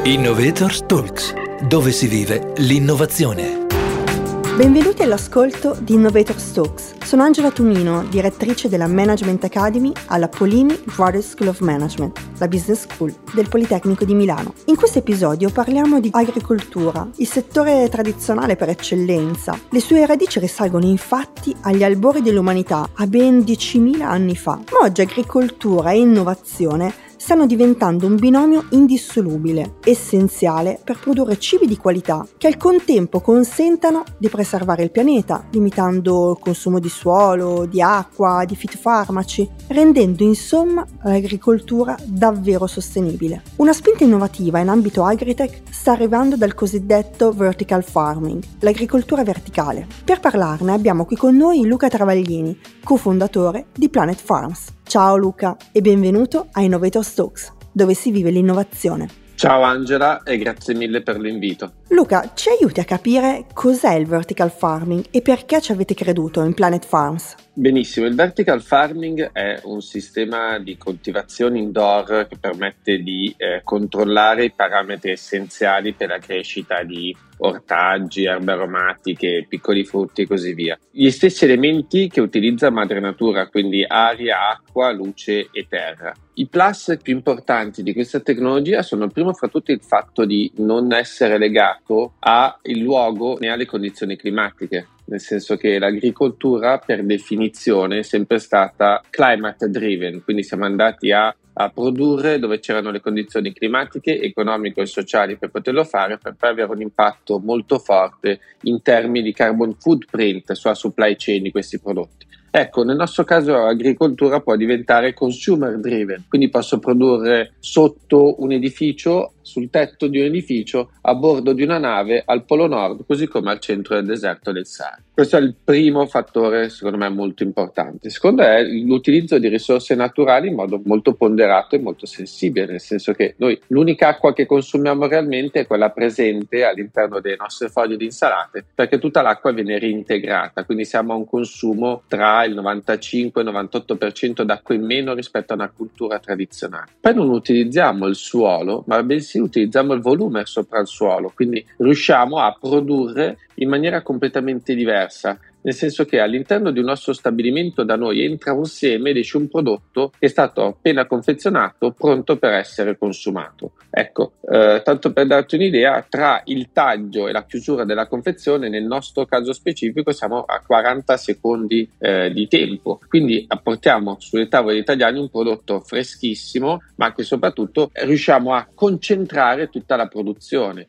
Innovators Talks, dove si vive l'innovazione. Benvenuti all'ascolto di Innovators Talks. Sono Angela Tumino, direttrice della Management Academy alla Polimi Graduate School of Management, la business school del Politecnico di Milano. In questo episodio parliamo di agricoltura, il settore tradizionale per eccellenza. Le sue radici risalgono infatti agli albori dell'umanità, a ben 10.000 anni fa. Ma oggi agricoltura e innovazione stanno diventando un binomio indissolubile, essenziale per produrre cibi di qualità che al contempo consentano di preservare il pianeta, limitando il consumo di suolo, di acqua, di fitofarmaci, rendendo insomma l'agricoltura davvero sostenibile. Una spinta innovativa in ambito agritech sta arrivando dal cosiddetto vertical farming, l'agricoltura verticale. Per parlarne abbiamo qui con noi Luca Travaglini, cofondatore di Planet Farms. Ciao Luca e benvenuto a Innovators Talks, dove si vive l'innovazione. Ciao Angela e grazie mille per l'invito. Luca, ci aiuti a capire cos'è il vertical farming e perché ci avete creduto in Planet Farms? Benissimo, il vertical farming è un sistema di coltivazione indoor che permette di controllare i parametri essenziali per la crescita di ortaggi, erbe aromatiche, piccoli frutti e così via. Gli stessi elementi che utilizza madre natura, quindi aria, acqua, luce e terra. I plus più importanti di questa tecnologia sono primo fra tutti il fatto di non essere legato al luogo né alle condizioni climatiche, nel senso che l'agricoltura per definizione è sempre stata climate driven, quindi siamo andati a produrre dove c'erano le condizioni climatiche, economiche e sociali per poterlo fare, per poi avere un impatto molto forte in termini di carbon footprint sulla supply chain di questi prodotti. Ecco, nel nostro caso l'agricoltura può diventare consumer driven, quindi posso produrre sotto un edificio, sul tetto di un edificio, a bordo di una nave al Polo Nord, così come al centro del deserto del Sahara. Questo è il primo fattore, secondo me, molto importante. Il secondo è l'utilizzo di risorse naturali in modo molto ponderato e molto sensibile, nel senso che noi l'unica acqua che consumiamo realmente è quella presente all'interno delle nostre foglie di insalate, perché tutta l'acqua viene reintegrata, quindi siamo a un consumo tra il 95 e il 98% d'acqua in meno rispetto a una cultura tradizionale. Poi non utilizziamo il suolo, ma bensì utilizziamo il volume sopra il suolo, quindi riusciamo a produrre in maniera completamente diversa, nel senso che all'interno di un nostro stabilimento da noi entra un seme ed esce un prodotto che è stato appena confezionato, pronto per essere consumato. Ecco, tanto per darti un'idea, tra il taglio e la chiusura della confezione, nel nostro caso specifico siamo a 40 secondi di tempo, quindi apportiamo sulle tavole italiane un prodotto freschissimo, ma che soprattutto riusciamo a concentrare tutta la produzione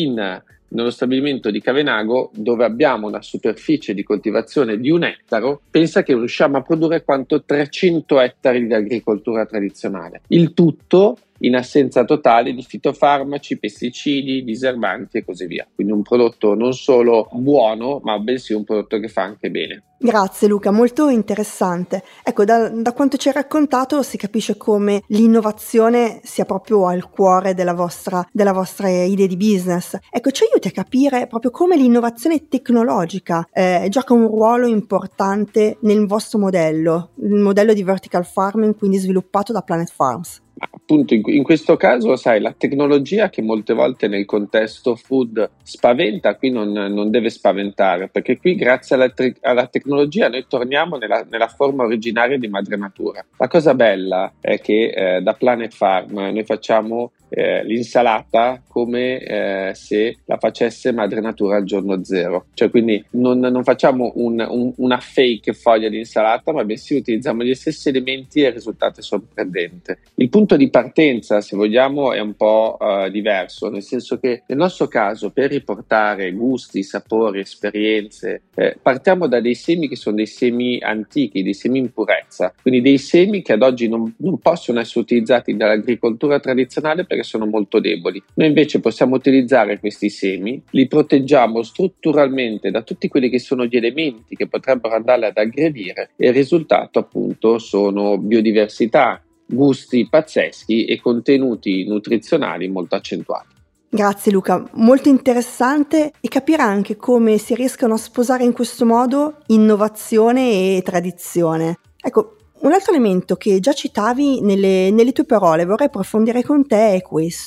nello stabilimento di Cavenago, dove abbiamo una superficie di coltivazione di 1 ettaro, pensa che riusciamo a produrre quanto 300 ettari di agricoltura tradizionale. Il tutto in assenza totale di fitofarmaci, pesticidi, diserbanti e così via. Quindi un prodotto non solo buono, ma bensì un prodotto che fa anche bene. Grazie Luca, molto interessante. Ecco, da quanto ci hai raccontato si capisce come l'innovazione sia proprio al cuore della vostra idea di business. Ecco, ci aiuti a capire proprio come l'innovazione tecnologica gioca un ruolo importante nel vostro modello, il modello di vertical farming, quindi sviluppato da Planet Farms. Appunto in questo caso, sai, la tecnologia che molte volte nel contesto food spaventa, qui non deve spaventare, perché qui grazie alla tecnologia noi torniamo nella forma originaria di madre natura. La cosa bella è che da Planet Farm noi facciamo l'insalata come se la facesse madre natura al giorno zero, cioè quindi non facciamo una fake foglia di insalata, ma bensì utilizziamo gli stessi elementi e il risultato è sorprendente. Il punto di partenza, se vogliamo, è un po' diverso, nel senso che nel nostro caso, per riportare gusti, sapori, esperienze, partiamo da dei semi che sono dei semi antichi, dei semi in purezza, quindi dei semi che ad oggi non possono essere utilizzati dall'agricoltura tradizionale perché sono molto deboli. Noi invece possiamo utilizzare questi semi, li proteggiamo strutturalmente da tutti quelli che sono gli elementi che potrebbero andarli ad aggredire e il risultato appunto sono biodiversità, gusti pazzeschi e contenuti nutrizionali molto accentuati. Grazie Luca, molto interessante e capire anche come si riescano a sposare in questo modo innovazione e tradizione. Ecco, un altro elemento che già citavi nelle tue parole, vorrei approfondire con te, è questo. Tu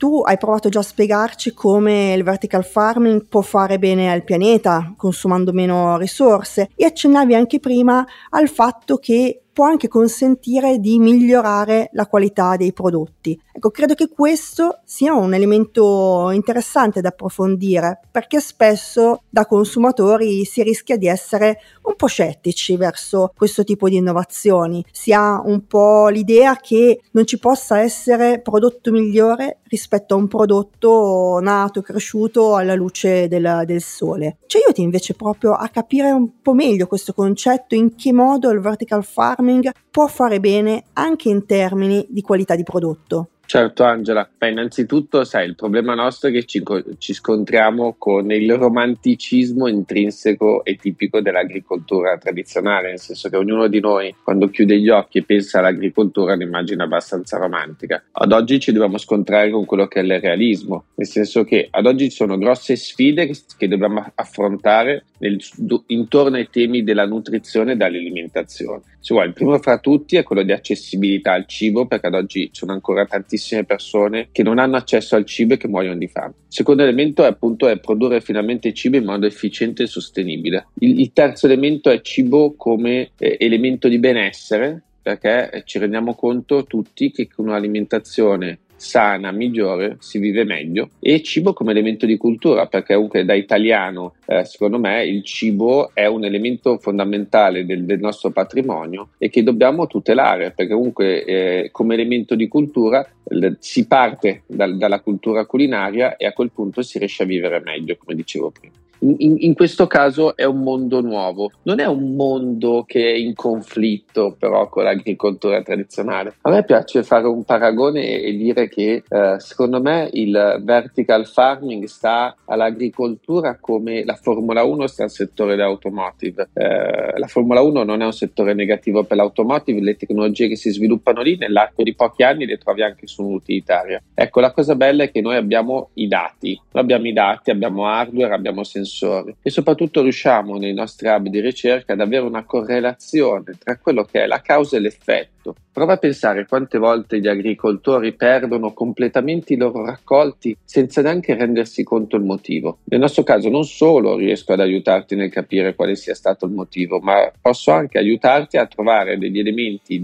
tu hai provato già a spiegarci come il vertical farming può fare bene al pianeta, consumando meno risorse, e accennavi anche prima al fatto che può anche consentire di migliorare la qualità dei prodotti. Ecco, credo che questo sia un elemento interessante da approfondire, perché spesso da consumatori si rischia di essere un po' scettici verso questo tipo di innovazioni. Si ha un po' l'idea che non ci possa essere prodotto migliore rispetto a un prodotto nato e cresciuto alla luce del sole. Ci aiuti invece proprio a capire un po' meglio questo concetto, in che modo il vertical farming può fare bene anche in termini di qualità di prodotto. Certo Angela, innanzitutto sai, il problema nostro è che ci scontriamo con il romanticismo intrinseco e tipico dell'agricoltura tradizionale, nel senso che ognuno di noi quando chiude gli occhi e pensa all'agricoltura l'immagine abbastanza romantica. Ad oggi ci dobbiamo scontrare con quello che è il realismo, nel senso che ad oggi ci sono grosse sfide che dobbiamo affrontare intorno ai temi della nutrizione e dell'alimentazione. Il primo fra tutti è quello di accessibilità al cibo, perché ad oggi ci sono ancora tantissime persone che non hanno accesso al cibo e che muoiono di fame. Il secondo elemento è produrre finalmente cibo in modo efficiente e sostenibile. Il terzo elemento è cibo come elemento di benessere, perché ci rendiamo conto tutti che con un'alimentazione sana, migliore, si vive meglio, e cibo come elemento di cultura, perché comunque da italiano secondo me il cibo è un elemento fondamentale del nostro patrimonio e che dobbiamo tutelare, perché comunque come elemento di cultura si parte dalla cultura culinaria e a quel punto si riesce a vivere meglio, come dicevo prima. In questo caso è un mondo nuovo, non è un mondo che è in conflitto però con l'agricoltura tradizionale. A me piace fare un paragone e dire che secondo me il vertical farming sta all'agricoltura come la Formula 1 sta al settore dell'automotive. La Formula 1 non è un settore negativo per l'automotive, le tecnologie che si sviluppano lì nell'arco di pochi anni le trovi anche su un'utilitaria. Ecco, la cosa bella è che noi abbiamo i dati, abbiamo hardware, abbiamo sensori e soprattutto riusciamo nei nostri hub di ricerca ad avere una correlazione tra quello che è la causa e l'effetto. Prova a pensare quante volte gli agricoltori perdono completamente i loro raccolti senza neanche rendersi conto il motivo. Nel nostro caso non solo riesco ad aiutarti nel capire quale sia stato il motivo, ma posso anche aiutarti a trovare degli elementi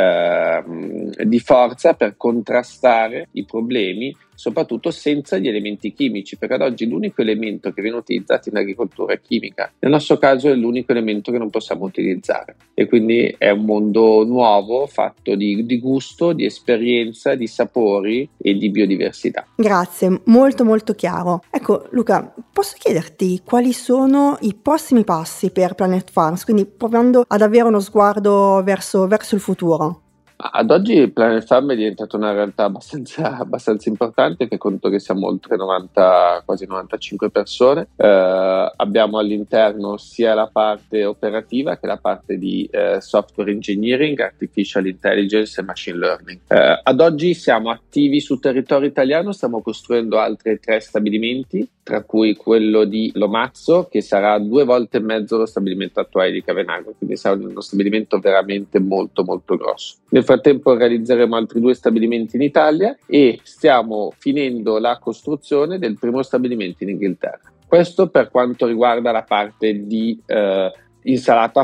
di forza per contrastare i problemi, soprattutto senza gli elementi chimici, perché ad oggi l'unico elemento che viene utilizzato in agricoltura è chimica. Nel nostro caso è l'unico elemento che non possiamo utilizzare e quindi è un mondo nuovo fatto di gusto, di esperienza, di sapori e di biodiversità. Grazie, molto molto chiaro. Ecco Luca, posso chiederti quali sono i prossimi passi per Planet Farms, quindi provando ad avere uno sguardo verso il futuro? Ad oggi Planet Farm è diventata una realtà abbastanza importante, che conto che siamo oltre 90, quasi 95 persone. Abbiamo all'interno sia la parte operativa che la parte di software engineering, artificial intelligence e machine learning. Ad oggi siamo attivi sul territorio italiano, stiamo costruendo altri 3 stabilimenti, tra cui quello di Lomazzo, che sarà 2 volte e mezzo lo stabilimento attuale di Cavenago, quindi sarà uno stabilimento veramente molto molto grosso. Nel frattempo realizzeremo altri 2 stabilimenti in Italia e stiamo finendo la costruzione del primo stabilimento in Inghilterra. Questo per quanto riguarda la parte di insalata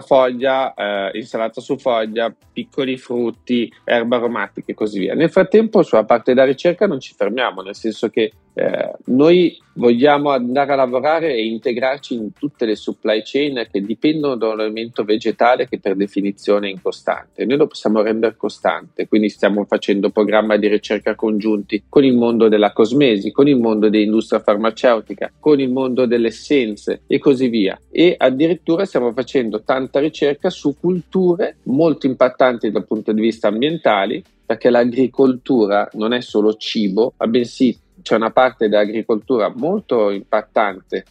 su foglia, piccoli frutti, erbe aromatiche e così via. Nel frattempo sulla parte della ricerca non ci fermiamo, nel senso che noi vogliamo andare a lavorare e integrarci in tutte le supply chain che dipendono da un elemento vegetale che per definizione è incostante. Noi lo possiamo rendere costante, quindi stiamo facendo programmi di ricerca congiunti con il mondo della cosmesi, con il mondo dell'industria farmaceutica, con il mondo delle essenze e così via. E addirittura stiamo facendo tanta ricerca su culture molto impattanti dal punto di vista ambientale, perché l'agricoltura non è solo cibo, ma bensì c'è una parte dell'agricoltura molto impattante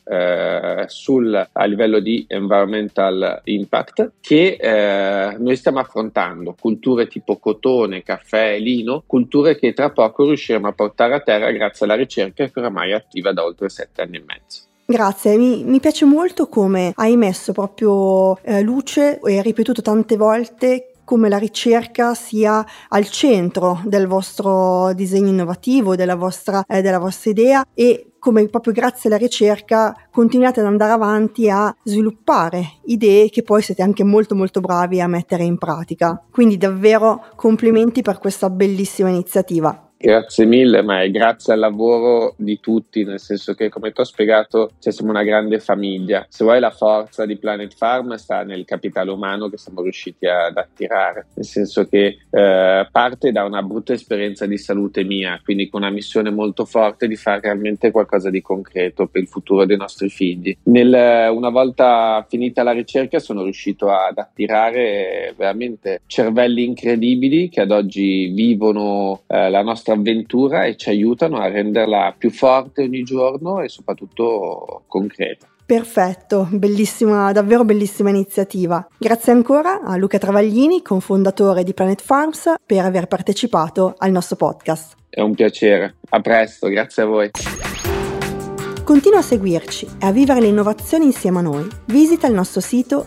a livello di environmental impact che noi stiamo affrontando, culture tipo cotone, caffè, lino, culture che tra poco riusciremo a portare a terra grazie alla ricerca che oramai è attiva da oltre 7 anni e mezzo. Grazie, mi piace molto come hai messo proprio luce e hai ripetuto tante volte come la ricerca sia al centro del vostro disegno innovativo, della vostra idea, e come proprio grazie alla ricerca continuate ad andare avanti a sviluppare idee che poi siete anche molto molto bravi a mettere in pratica. Quindi davvero complimenti per questa bellissima iniziativa. Grazie mille, ma è grazie al lavoro di tutti, nel senso che, come ti ho spiegato, siamo una grande famiglia. Se vuoi, la forza di Planet Farm sta nel capitale umano che siamo riusciti ad attirare, nel senso che parte da una brutta esperienza di salute mia, quindi con una missione molto forte di fare realmente qualcosa di concreto per il futuro dei nostri figli. Una volta finita la ricerca sono riuscito ad attirare veramente cervelli incredibili che ad oggi vivono la nostra avventura e ci aiutano a renderla più forte ogni giorno e soprattutto concreta. Perfetto, bellissima, davvero bellissima iniziativa. Grazie ancora a Luca Travaglini, cofondatore di Planet Farms, per aver partecipato al nostro podcast. È un piacere, a presto, grazie a voi. Continua a seguirci e a vivere le innovazioni insieme a noi. Visita il nostro sito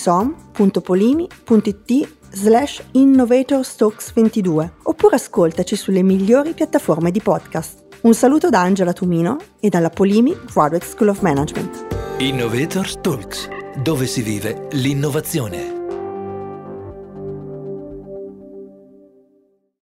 gsom.polimi.it/innovatorstokes22 oppure ascoltaci sulle migliori piattaforme di podcast. Un saluto da Angela Tumino e dalla Polimi Graduate School of Management. Innovators Talks, dove si vive l'innovazione.